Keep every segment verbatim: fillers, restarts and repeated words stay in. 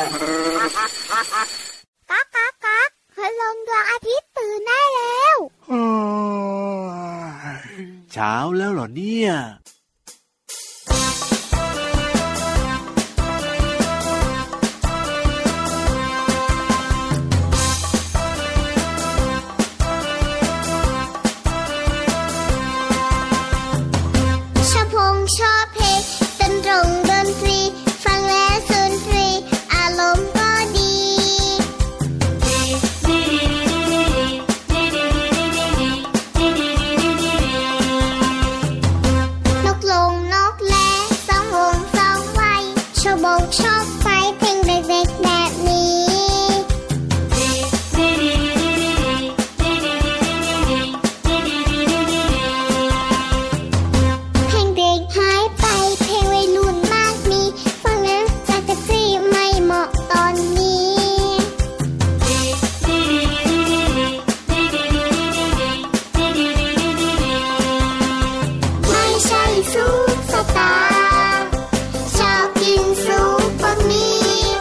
ก๊ากก๊ากก๊ากพลังดวงอาทิตย์ตื่นได้แล้วเช้าแล้วเหรอเนี่ยชอบเพลงดนตรงดนตรีฟังแล้วสุนทรีอารมณ์ก็ดีนกลงนกแลสองวงสองไว้ชอบบงชอบไฟเพลงเด็กๆแบบนี้ชอบกินซุปบะหมี่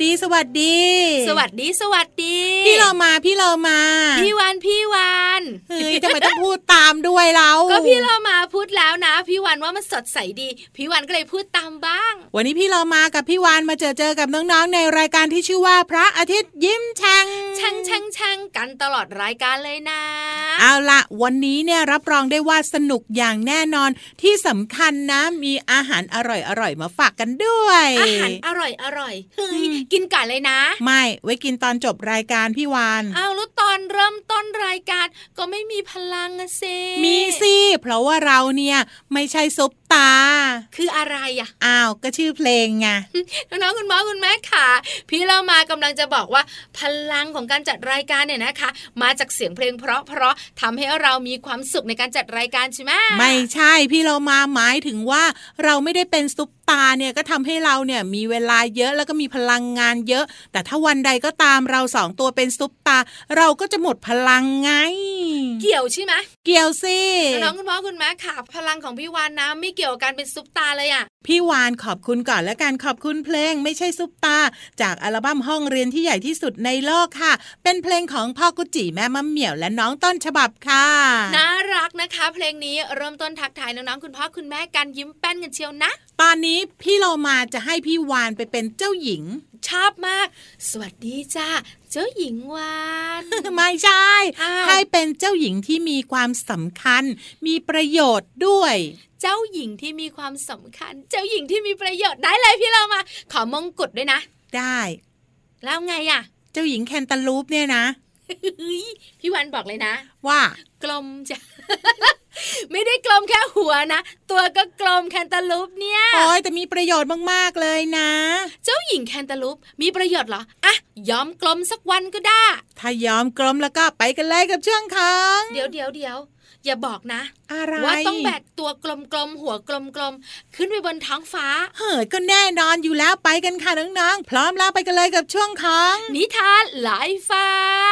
ดีสวัสดีสวัสดีสวัสดีพี่เรามาพี่เรามาพี่วานพี่วานเฮ้ยทำไมต้องพูดตามด้วยเราก็พี่เรามาพูดแล้วนะพี่วานว่ามันสดใสดีพี่วานก็เลยพูดตามบ้างวันนี้พี่เรามากับพี่วานมาเจอเจอกับน้องๆในรายการที่ชื่อว่าพระอาทิตย์ยิ้มแฉ่งแฉ่งแฉ่งแฉ่งกันตลอดรายการเลยนะเอาล่ะวันนี้เนี่ยรับรองได้ว่าสนุกอย่างแน่นอนที่สำคัญนะมีอาหารอร่อยๆมาฝากกันด้วยอาหารอร่อยๆเฮ้ยกินกันเลยนะไม่ไว้กินตอนจบรายการพี่วานอ้าวแล้วตอนเริ่มต้นรายการก็ไม่มีพลังอะเซมีสิเพราะว่าเราเนี่ยไม่ใช่ซุปตาคืออะไรอะอ้าวก็ชื่อเพลงไงน้องๆคุณพ่อคุณแม่ค่ะพี่เรามากำลังจะบอกว่าพลังของการจัดรายการเนี่ยนะคะมาจากเสียงเพลงเพราะๆทำให้เรามีความสุขในการจัดรายการใช่ไหมไม่ใช่พี่เรามาหมายถึงว่าเราไม่ได้เป็นซุปตาเนี่ยก็ทำให้เราเนี่ยมีเวลาเยอะแล้วก็มีพลังงานเยอะแต่ถ้าวันใดก็ตามเราสองตัวเป็นซุปตาเราก็จะหมดพลังไงเกี่ยวใช่ไหมเกี่ยวสิน้องคุณพ่อคุณแม่ค่ะพลังของพี่วานนะไม่เกี่ยวกับการเป็นซุปตาเลยอะพี่วานขอบคุณก่อนและการขอบคุณเพลงไม่ใช่ซุปตาจากอัลบั้มห้องเรียนที่ใหญ่ที่สุดในโลกค่ะเป็นเพลงของพ่อกุจิแม่มะเหมี่ยวและน้องต้นฉบับค่ะน่ารักนะคะเพลงนี้เริ่มต้นทักทายน้องๆคุณพ่อคุณแม่กันยิ้มแป้นกันเชียวนะตอนนี้พี่เรามาจะให้พี่วานไปเป็นเจ้าหญิงชอบมากสวัสดีจ้าเจ้าหญิงวานไม่ใช่ให้เป็นเจ้าหญิงที่มีความสำคัญมีประโยชน์ด้วยเจ้าหญิงที่มีความสำคัญเจ้าหญิงที่มีประโยชน์ได้เลยพี่เรามาขอมงกุฎด้วยนะได้แล้วไงอ่ะเจ้าหญิงแคนตาลูปเนี่ยนะพี่วันบอกเลยนะว่ากลมจ้ะ ไม่ได้กลมแค่หัวนะตัวก็กลมแคนตาลูปเนี่ยโอ้ยแต่มีประโยชน์มากๆเลยนะเจ้าหญิงแคนตาลูปมีประโยชน์เหรออ่ะยอมกลมสักวันก็ได้ถ้ายอมกลมแล้วก็ไปกันเลยกับช่วงค้างเดี๋ยวเดี๋ยวเดี๋ยวอย่าบอกนะอะไรว่าต้องแบกตัวกลมๆหัวกลมๆขึ้นไปบนท้องฟ้าเฮ้ยก็แน่นอนอยู่แล้วไปกันค่ะน้องๆพร้อมแล้วไปกันเลยกับช่วงของนิทานลอยฟ้า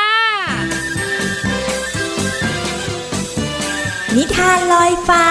นิทานลอยฟ้า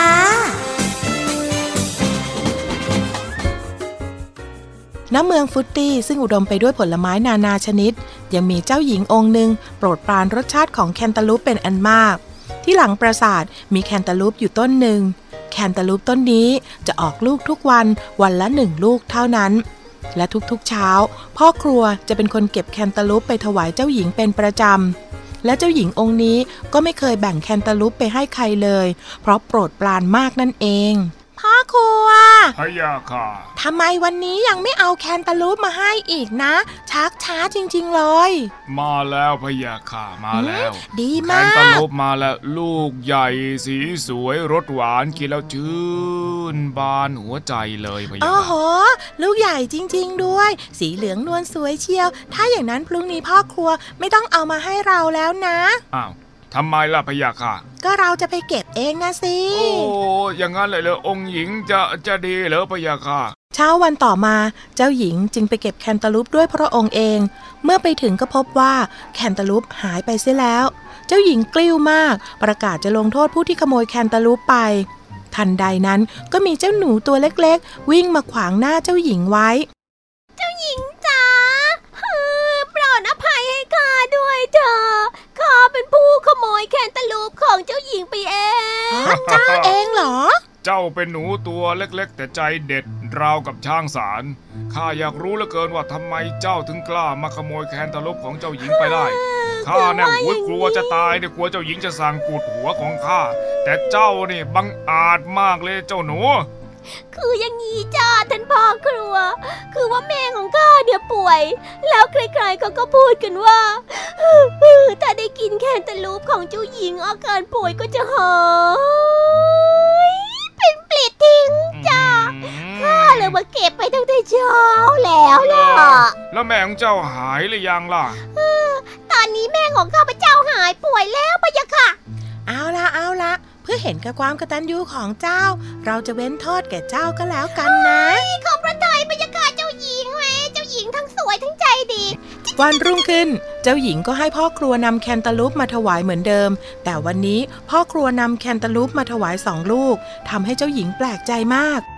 ณ เมืองฟุตตี้ซึ่งอุดมไปด้วยผลไม้นานาชนิดยังมีเจ้าหญิงองค์หนึ่งโปรดปรานรสชาติของแคนตาลูปเป็นอันมากที่หลังปราสาทมีแคนตาลูปอยู่ต้นหนึ่งแคนตาลูปต้นนี้จะออกลูกทุกวันวันละหนึ่งลูกเท่านั้นและทุกๆเช้าพ่อครัวจะเป็นคนเก็บแคนตาลูปไปถวายเจ้าหญิงเป็นประจำและเจ้าหญิงองค์นี้ก็ไม่เคยแบ่งแคนตาลูปไปให้ใครเลยเพราะโปรดปรานมากนั่นเองพ่อครัวพะยาค่ะทำไมวันนี้ยังไม่เอาแคนตาลูปมาให้อีกนะชักช้าจริงๆเลยมาแล้วพะยาค่ะมาแล้วดีมากแคนตาลูปมาแล้วลูกใหญ่สีสวยรสหวานกินแล้วชื่นบานหัวใจเลยพะยาโอ้โหลูกใหญ่จริงๆด้วยสีเหลืองนวลสวยเชียวถ้าอย่างนั้นพรุ่งนี้พ่อครัวไม่ต้องเอามาให้เราแล้วนะอ้าวทำไมล่ะพะยาค่ะก็เราจะไปเก็บเองนะสิโอ้อย่างนั้นเลยเหรอองค์หญิงจะจะดีเหรอพะยาค่ะเช้าวันต่อมาเจ้าหญิงจึงไปเก็บแคนตาลูปด้วยพระองค์เองเมื่อไปถึงก็พบว่าแคนตาลูปหายไปเสียแล้วเจ้าหญิงกลิ้วมากประกาศจะลงโทษผู้ที่ขโมยแคนตาลูปไปทันใดนั้นก็มีเจ้าหนูตัวเล็กๆวิ่งมาขวางหน้าเจ้าหญิงไว้เจ้าหญิงจ๋าโปรดอภัยให้ข้าด้วยเถอะข้าเป็นผู้ขโมยแคนตาลูปของเจ้าหญิงไปเองเจ้าเองเหรอเจ้าเป็นหนูตัวเล็กๆแต่ใจเด็ดราวกับช้างสารข้าอยากรู้เหลือเกินว่าทำไมเจ้าถึงกล้ามาขโมยแคนตาลูปของเจ้าหญิงไปได้ข้าเนี่ยหัวกลัวจะตายเนี่ยกลัวเจ้าหญิงจะสั่งกูดหัวของข้าแต่เจ้านี่บังอาจมากเลยเจ้าหนูคืออย่างนี้จ้าท่านพ่อครัวคือว่าแม่ของข้าเนี่ยป่วยแล้วใครๆเขาก็พูดกันว่าถ้าได้กินแคนตาลูปของเจ้าหญิงอาการป่วยก็จะหายเป็นปลิดทิ้งจ้าข้าเลยมาเก็บไปตั้งแต่เช้าแล้วล่ะแล้วแม่ของเจ้าหายหรือยังล่ะตอนนี้แม่ของข้าพเจ้าหายป่วยแล้วพะยะค่ะเอาละเอาละเพื่อเห็นกับความกตัญญูของเจ้าเราจะเว้นโทษแก่เจ้าก็แล้วกันนะขอบพระทัยพะยะค่ะเจ้าหญิงแม่เจ้าหญิงทั้งสวยทั้งใจดีวันรุ่งขึ้นเจ้าหญิงก็ให้พ่อครัวนำแคนตาลูปมาถวายเหมือนเดิมแต่วันนี้พ่อครัวนำแคนตาลูปมาถวายสองลูกทำให้เจ้าหญิงแปลกใจมาก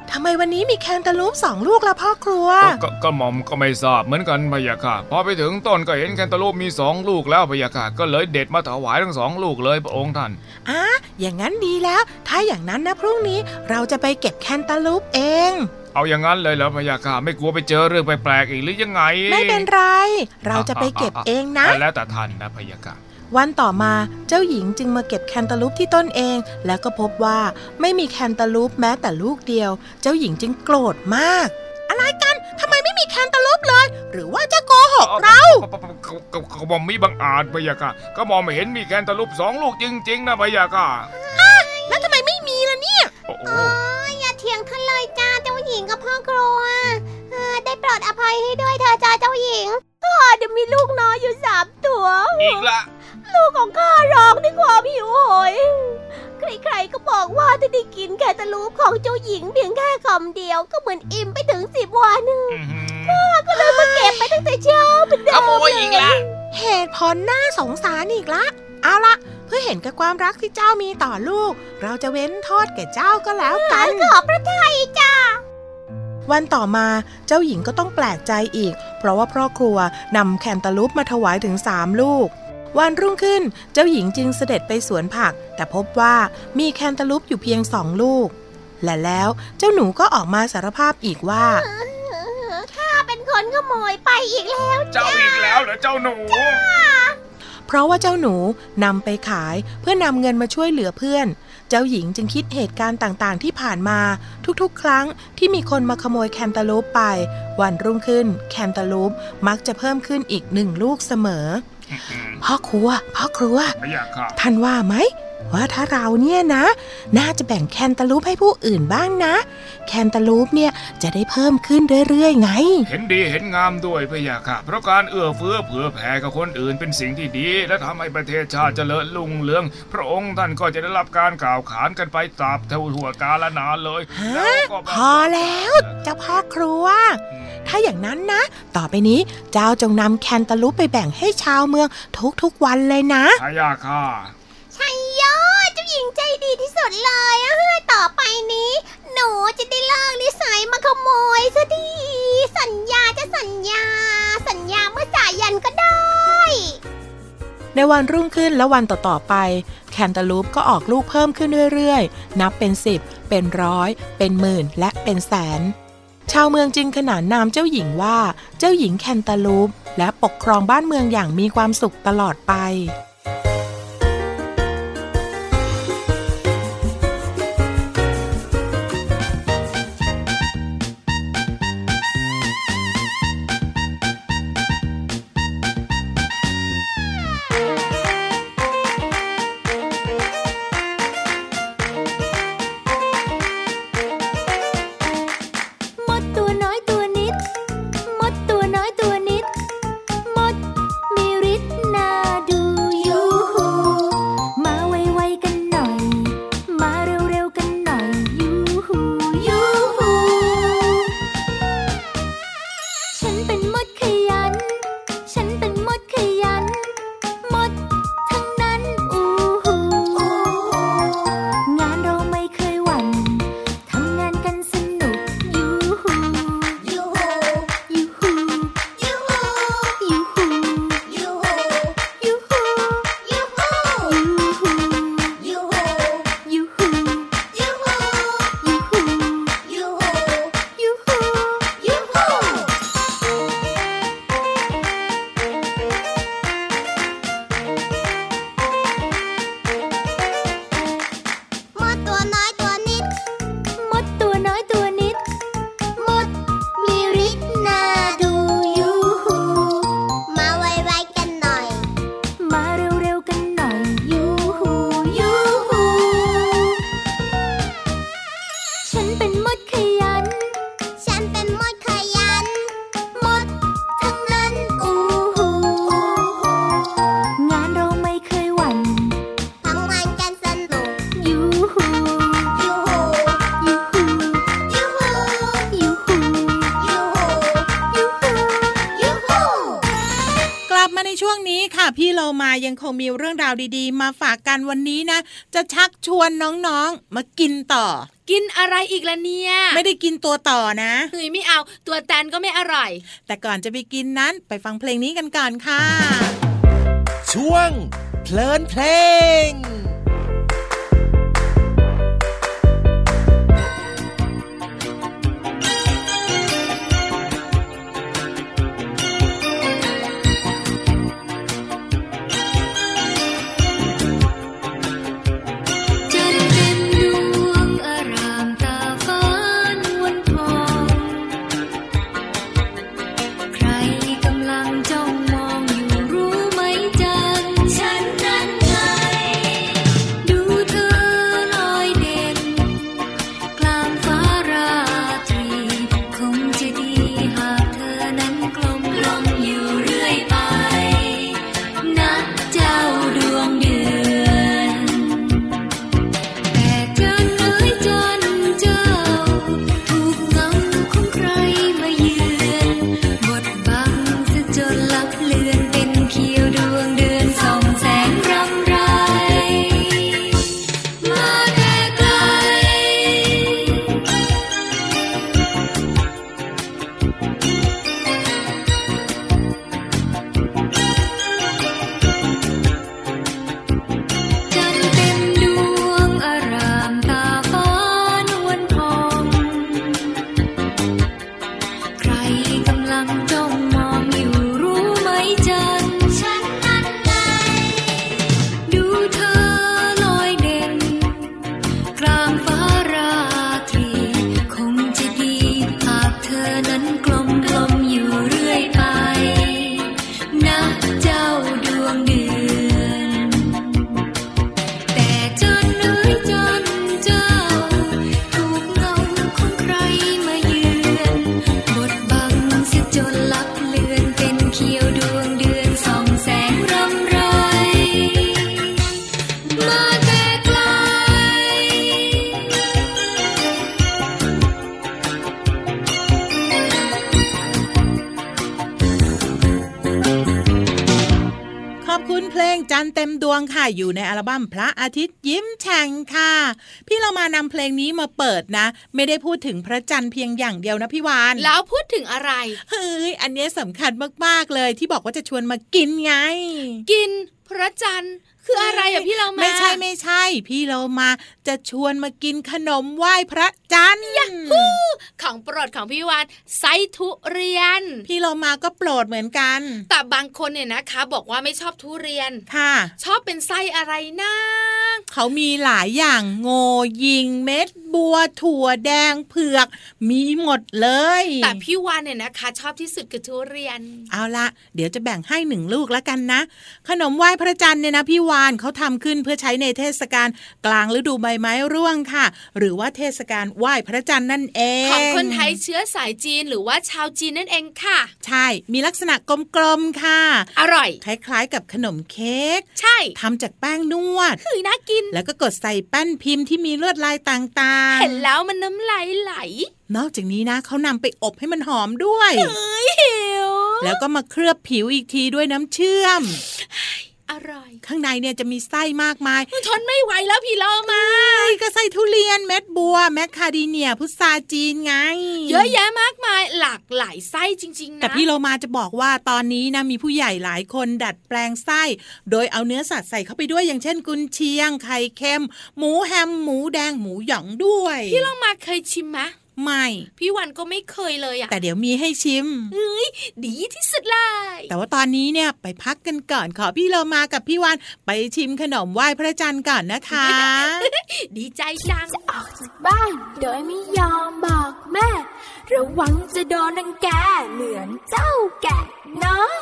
ทำไมวันนี้มีแคนตาลูปสองลูกล่ะพ่อครัวก, ก, กระหม่อมก็ไม่ทราบเหมือนกันพะยะค่ะพอไปถึงต้นก็เห็นแคนตาลูปมีสองลูกแล้วพะยะค่ะก็เลยเด็ดมาถวายทั้งสองลูกเลยพระองค์ท่านอ่ะอย่างนั้นดีแล้วถ้าอย่างนั้นนะพรุ่งนี้เราจะไปเก็บแคนตาลูปเองเอาอย่างนั้นเลยเหรอพะยะค่ะไม่กลัวไปเจอเรื่องแปลกๆอีกหรือยังไงไม่เป็นไรเราจะไปเก็บเองนะแล้วแต่ท่านนะพะยะค่ะวันต่อมาเจ้าหญิงจึงมาเก็บแคนตาลูปที่ต้นเองแล้วก็พบว่าไม่มีแคนตาลูปแม้แต่ลูกเดียวเจ้าหญิงจึงโกรธมากอะไรกันทำไมไม่มีแคนตาลูปเลยหรือว่าจะโกหกเราก็มอมมีบังอาจพะยะค่ะก็มองไม่เห็นมีแคนตาลูปสองลูกจริงๆนะพะยะค่ะแล้วทำไมไม่มีล่ะเนี่ยโอ้ยอย่าเถียงกันเลยจ้าเจ้าหญิงกับพ่อครัวได้โปรดอภัยให้ด้วยเธอจ้าเจ้าหญิงข้าเดี๋ยวมีลูกน้อยอยู่สามตัวอีกละลูกของข้าร้องด้วยความหิวโหยใครๆก็บอกว่าถ้าได้กินแคนตาลูปของเจ้าหญิงเพียงแค่คำเดียวก็เหมือนอิ่มไปถึงสิบวันข้าก็เลยมาเก็บไปตั้งแต่เช้าเป็นเดิมขโมยอีกละเหตุผลน่าสงสารอีกละเอาละเพื่อเห็นกับความรักที่เจ้ามีต่อลูกเราจะเว้นโทษแก่เจ้าก็แล้วกันขอบพระทัยจ้าวันต่อมาเจ้าหญิงก็ต้องแปลกใจอีกเพราะว่าพ่อครัวนำแคนตาลูปมาถวายถึงสามลูกวันรุ่งขึ้นเจ้าหญิงจึงเสด็จไปสวนผักแต่พบว่ามีแคนตาลูปอยู่เพียงสองลูกและแล้วเจ้าหนูก็ออกมาสารภาพอีกว่าข้าเป็นคนขโมยไปอีกแล้วเจ้าอีกแล้วเหรอเจ้าหนูเพราะว่าเจ้าหนูนำไปขายเพื่อนำเงินมาช่วยเหลือเพื่อนเจ้าหญิงจึงคิดเหตุการณ์ต่างๆที่ผ่านมาทุกๆครั้งที่มีคนมาขโมยแคนตาลูปไปวันรุ่งขึ้นแคนตาลูปมักจะเพิ่มขึ้นอีกหนึ่งลูกเสมอพ่อครัวพ่อครัวท่านว่าไหมว่าถ้าเราเนี่ยนะน่าจะแบ่งแคนตาลูปให้ผู้อื่นบ้างนะแคนตาลูปเนี่ยจะได้เพิ่มขึ้นเรื่อยๆไงเห็นดีเห็นงามด้วยพะยะค่ะเพราะการเอื้อเฟื้อเผื่อแผ่กับคนอื่นเป็นสิ่งที่ดีและทำให้ประเทศชาติเจริญรุ่งเรืองพระองค์ท่านก็จะได้รับการกล่าวขานกันไปตราบเท่าทั่วกาลนานเลยพอแล้วเจ้าพ่อครัวถ้าอย่างนั้นนะต่อไปนี้เจ้าจงนำแคนตาลูปไปแบ่งให้ชาวเมืองทุกๆวันเลยนะพะยะค่ะชัยโยเจ้าหญิงใจดีที่สุดเลยอะต่อไปนี้หนูจะได้เลิกนิสัยมาขโมยซะดีสัญญาจะสัญญาสัญญาเมื่อจ่ายยันก็ได้ในวันรุ่งขึ้นและวันต่อๆไปแคนตาลูปก็ออกลูกเพิ่มขึ้นเรื่อยๆนับเป็นสิบเป็นร้อยเป็นหมื่นและเป็นแสนชาวเมืองจึงขนานนามเจ้าหญิงว่าเจ้าหญิงแคนตาลูปและปกครองบ้านเมืองอย่างมีความสุขตลอดไปมดมีฤทธิ์น่าดูพี่เรามายังคงมีเรื่องราวดีๆมาฝากกันวันนี้นะจะชักชวนน้องๆมากินต่อกินอะไรอีกล่ะเนี่ยไม่ได้กินตัวต่อนะเฮ้ยไม่เอาตัวแตนก็ไม่อร่อยแต่ก่อนจะไปกินนั้นไปฟังเพลงนี้กันก่อนค่ะช่วงเพลินเพลงจันทร์เต็มดวงค่ะอยู่ในอัลบั้มพระอาทิตย์ยิ้มแฉ่งค่ะพี่เรามานำเพลงนี้มาเปิดนะไม่ได้พูดถึงพระจันทร์เพียงอย่างเดียวนะพี่วานแล้วพูดถึงอะไรเฮ้ยอันนี้สำคัญมากๆเลยที่บอกว่าจะชวนมากินไงกินพระจันทร์คืออะไรอ่ะพี่เรามาไม่ใช่ไม่ใช่พี่เรามาจะชวนมากินขนมไหว้พระจันทร์ยะฮู้ของโปรดของพี่วานไส้ทุเรียนพี่เรามาก็โปรดเหมือนกันแต่บางคนเนี่ยนะคะบอกว่าไม่ชอบทุเรียนค่ะชอบเป็นไส้อะไรนะเขามีหลายอย่างโงยิงเม็ดบัวถั่วแดงเผือกมีหมดเลยแต่พี่วานเนี่ยนะคะชอบที่สุดคือทุเรียนเอาละเดี๋ยวจะแบ่งให้หนึ่งลูกแล้วกันนะขนมไหว้พระจันทร์เนี่ยนะพี่วานเขาทำขึ้นเพื่อใช้ในเทศกาลกลางฤดูใบไม้ร่วงค่ะหรือว่าเทศกาลไหว้พระจันทร์นั่นเองของคนไทยเชื้อสายจีนหรือว่าชาวจีนนั่นเองค่ะใช่มีลักษณะกลมๆค่ะอร่อยคล้ายๆกับขนมเค้กใช่ทำจากแป้งนวดคือน่ากินแล้วก็กดใส่แป้นพิมพ์ที่มีลวดลายต่างๆเห็นแล้วมันน้ำลายไหลนอกจากนี้นะเขานำไปอบให้มันหอมด้วยเฮ้ยหิวแล้วก็มาเคลือบผิวอีกทีด้วยน้ำเชื่อมอร่อยข้างในเนี่ยจะมีไส้มากมายทนไม่ไหวแล้วพี่เรามาก็ไส้ทุเรียนเม็ดบัวแมคคาเดเนียพุทราจีนไงเยอะแยะมากมายหลากหลายไส้จริงๆนะแต่พี่เรามาจะบอกว่าตอนนี้นะมีผู้ใหญ่หลายคนดัดแปลงไส้โดยเอาเนื้อสัตว์ใส่เข้าไปด้วยอย่างเช่นกุนเชียงไข่เค็มหมูแฮมหมูแดงหมูหยองด้วยพี่เรามาเคยชิมไหมไม่พี่วันก็ไม่เคยเลยอะแต่เดี๋ยวมีให้ชิมเฮ้ยดีที่สุดเลยแต่ว่าตอนนี้เนี่ยไปพักกันก่อนขอพี่เรามากับพี่วันไปชิมขนมไหว้พระจันทร์ก่อนนะคะดีใจจังจะออกจากบ้านโดยไม่ยอมบอกแม่ระวังจะโดนรังแกเหมือนเจ้าแกะน้อย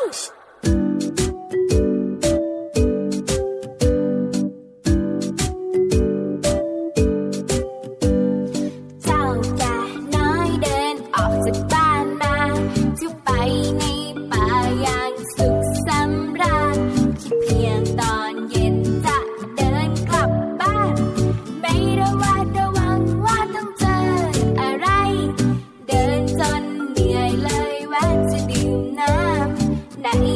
ไหน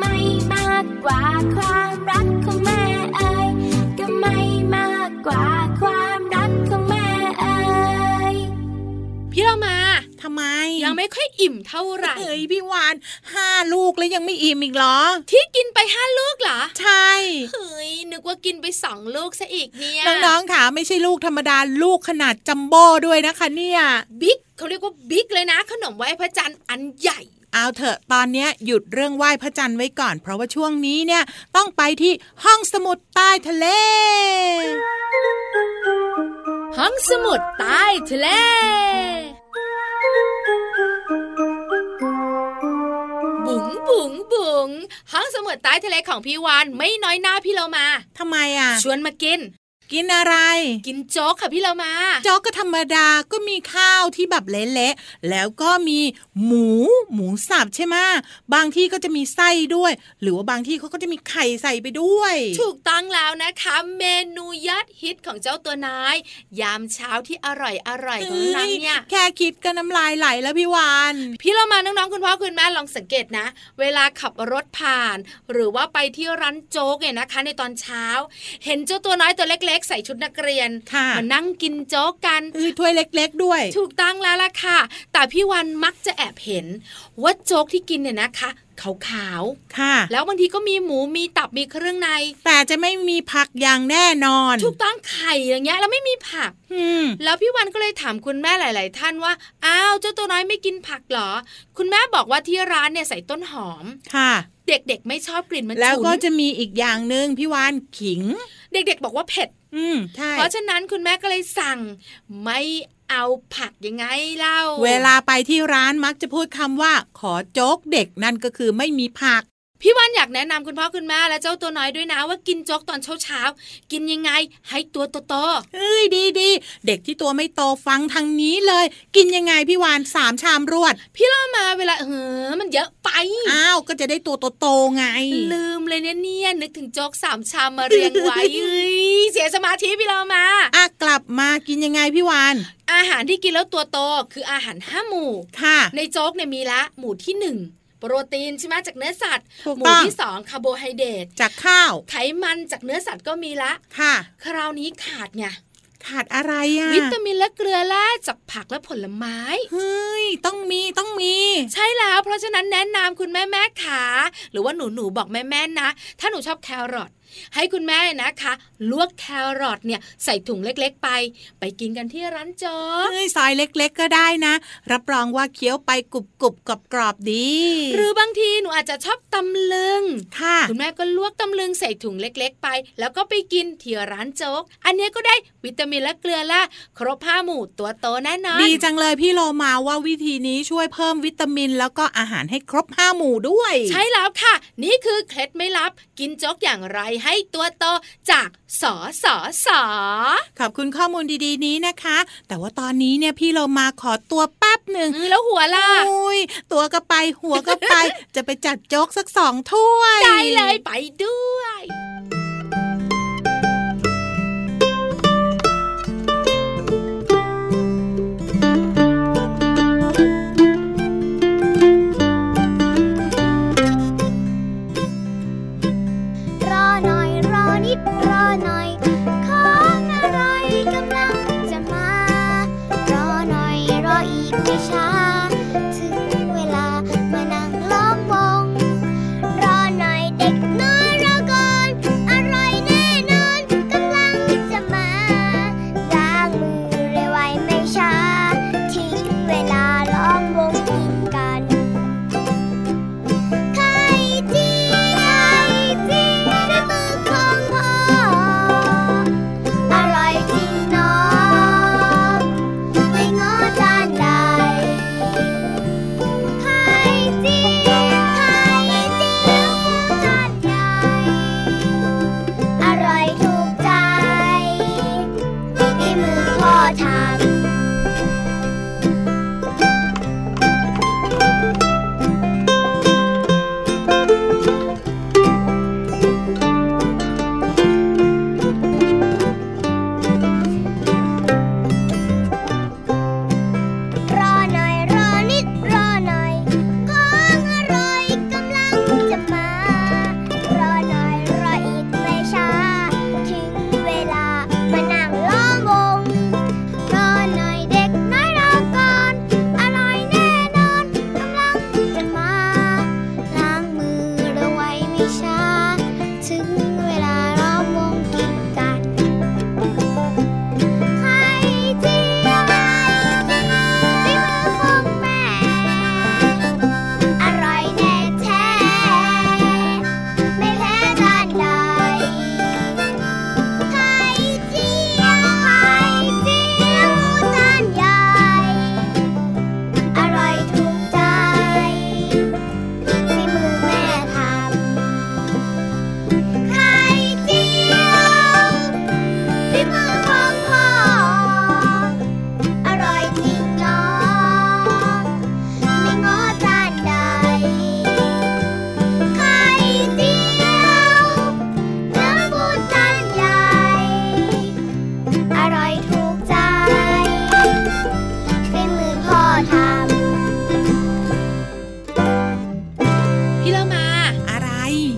ไม่มากกว่าความรักของแม่เอ๋ยก็ไม่มากกว่าความรักของแม่เอ๋ยพี่เรามาทำไมยังไม่ค่อยอิ่มเท่าไหร่เฮ้ยพี่วานห้าลูกแล้วยังไม่อิ่มอีกเหรอที่กินไปห้าลูกเหรอใช่เฮ้ยนึกว่ากินไปสองลูกซะอีกเนี่ยน้องๆค่ะไม่ใช่ลูกธรรมดาลูกขนาดจัมโบ้ด้วยนะคะเนี่ยบิ๊กเขาเรียกว่าบิ๊กเลยนะขนมไหว้พระจันทร์อันใหญ่เอาเถอะตอนนี้หยุดเรื่องไหว้พระจันทร์ไว้ก่อนเพราะว่าช่วงนี้เนี่ยต้องไปที่ห้องสมุดใต้ทะเลห้องสมุดใต้ทะเลบุ๋งบุ๋งบุ๋งห้องสมุดใต้ทะเลของพี่วานไม่น้อยหน้าพี่เรามาทำไมอ่ะชวนมากินกินอะไรกินโจ๊กค่ะพี่เรามาโจ๊กก็ธรรมดาก็มีข้าวที่แบบเละๆแล้วก็มีหมูหมูสับใช่ไหมบางที่ก็จะมีไส้ด้วยหรือว่าบางที่เขาก็จะมีไข่ใส่ไปด้วยถูกต้องแล้วนะคะเมนูยอดฮิตของเจ้าตัวนายยามเช้าที่อร่อยอร่อยของนางเนี่ยแค่คิดก็น้ำลายไหลแล้วพี่วานพี่เรามาน้องๆคุณพ่อคุณแม่ลองสังเกตนะเวลาขับรถผ่านหรือว่าไปที่ร้านโจ๊กเนี่ยนะคะในตอนเช้าเห็นเจ้าตัวน้อยตัวเล็กใส่ชุดนักเรียนมานั่งกินโจ๊กกันอือถ้วยเล็กๆด้วยถูกต้องแล้วล่ะค่ะแต่พี่วันมักจะแอบเห็นว่าโจ๊กที่กินเนี่ยนะคะขาวๆค่ะแล้วบางทีก็มีหมูมีตับมีเครื่องในแต่จะไม่มีผักอย่างแน่นอนถูกต้องไข่อย่างเงี้ยแล้วไม่มีผักแล้วพี่วันก็เลยถามคุณแม่หลายๆท่านว่าอ้าวเจ้าตัวน้อยไม่กินผักเหรอคุณแม่บอกว่าที่ร้านเนี่ยใส่ต้นหอมค่ะเด็กๆไม่ชอบกลิ่นมันฉุนแล้วก็จะมีอีกอย่างนึงพี่วานขิงเด็กๆบอกว่าเผ็ดอืมใช่เพราะฉะนั้นคุณแม่ก็เลยสั่งไม่เอาผักยังไงเล่าเวลาไปที่ร้านมักจะพูดคำว่าขอโจ๊กเด็กนั่นก็คือไม่มีผักพี่วันอยากแนะนำคุณพ่อคุณแม่และเจ้าตัวน้อยด้วยนะว่ากินโจ๊กตอนเช้าๆกินยังไงให้ตัวโตๆเอ้ยดีๆเด็กที่ตัวไม่โตฟังทางนี้เลยกินยังไงพี่วานสามชามรวดพี่เล่ามาเวลาเออมันเยอะไปอ้าวก็จะได้ตัวโตๆไงลืมเลยเนี่ยเนี่ยนึกถึงโจ๊กสามชามมาเรียงไว้เอ้ยเสียสมาธิพี่เล่ามาอ่ะกลับมากินยังไงพี่วานอาหารที่กินแล้วตัวโตคืออาหารห้าหมู่ค่ะในโจ๊กเนี่ยมีละหมู่ที่หนึ่งโปรตีนใช่ไหมจากเนื้อสัตว์หมู่ที่สองคาร์โบไฮเดรตจากข้าวไขมันจากเนื้อสัตว์ก็มีละค่ะคราวนี้ขาดไงขาดอะไรอ่ะวิตามินและเกลือแร่จากผักและผลไม้เฮ้ยต้องมีต้องมีใช่แล้วเพราะฉะนั้นแนะนำคุณแม่แม่ขาหรือว่าหนูหนูบอกแม่แม่นะถ้าหนูชอบแครอทให้คุณแม่นะคะลวกแครอทเนี่ยใส่ถุงเล็กๆไปไปกินกันที่ร้านโจ๊กเฮ้ยซอยเล็กๆก็ได้นะรับรองว่าเคี้ยวไปกรุบๆกรอบๆดีหรือบางทีหนูอาจจะชอบตำลึงค่ะคุณแม่ก็ลวกตำลึงใส่ถุงเล็กๆไปแล้วก็ไปกินที่ร้านโจ๊กอันนี้ก็ได้วิตามินและเกลือแร่ครบห้าหมู่ตัวโตแน่นอนดีจังเลยพี่โลมาว่าวิธีนี้ช่วยเพิ่มวิตามินแล้วก็อาหารให้ครบห้าหมู่ด้วยใช่แล้วค่ะนี่คือเคล็ดไม่ลับกินโจ๊กอย่างไรให้ตัวโตจากสอสอสอขอบคุณข้อมูลดีๆนี้นะคะแต่ว่าตอนนี้เนี่ยพี่เรามาขอตัวแป๊บหนึ่งแล้วหัวล่ะอุ้ยตัวก็ไปหัวก็ไป จะไปจัดโจ๊กสักสองถ้วยได้เลยไปด้วยรอหน่อยเด็กน้อยรอก่อน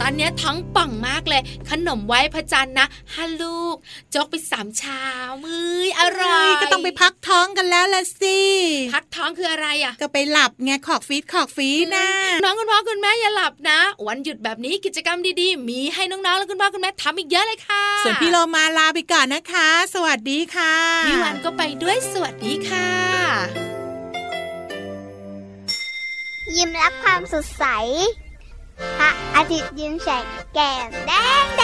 อนนี้ท้องป่องมากเลยขนมไหว้พระจันทร์นะห้าลูกจกไปสามชามมืออร่อยก็ต้องไปพักท้องกันแล้วละสิพักท้องคืออะไรอ่ะก็ไปหลับไงขอกฟีดขอกฟีดนะน้องคุณพ่อคุณแม่อย่าหลับนะวันหยุดแบบนี้กิจกรรมดีๆมีให้น้องๆและคุณพ่อคุณแม่ทำอีกเยอะเลยค่ะส่วนพี่โลมาลาไปก่อนนะคะสวัสดีค่ะพี่วันก็ไปด้วยสวัสดีค่ะยิ้มรับความสดใสพระอาทิตย์ยิ้มแฉกแก้มแดง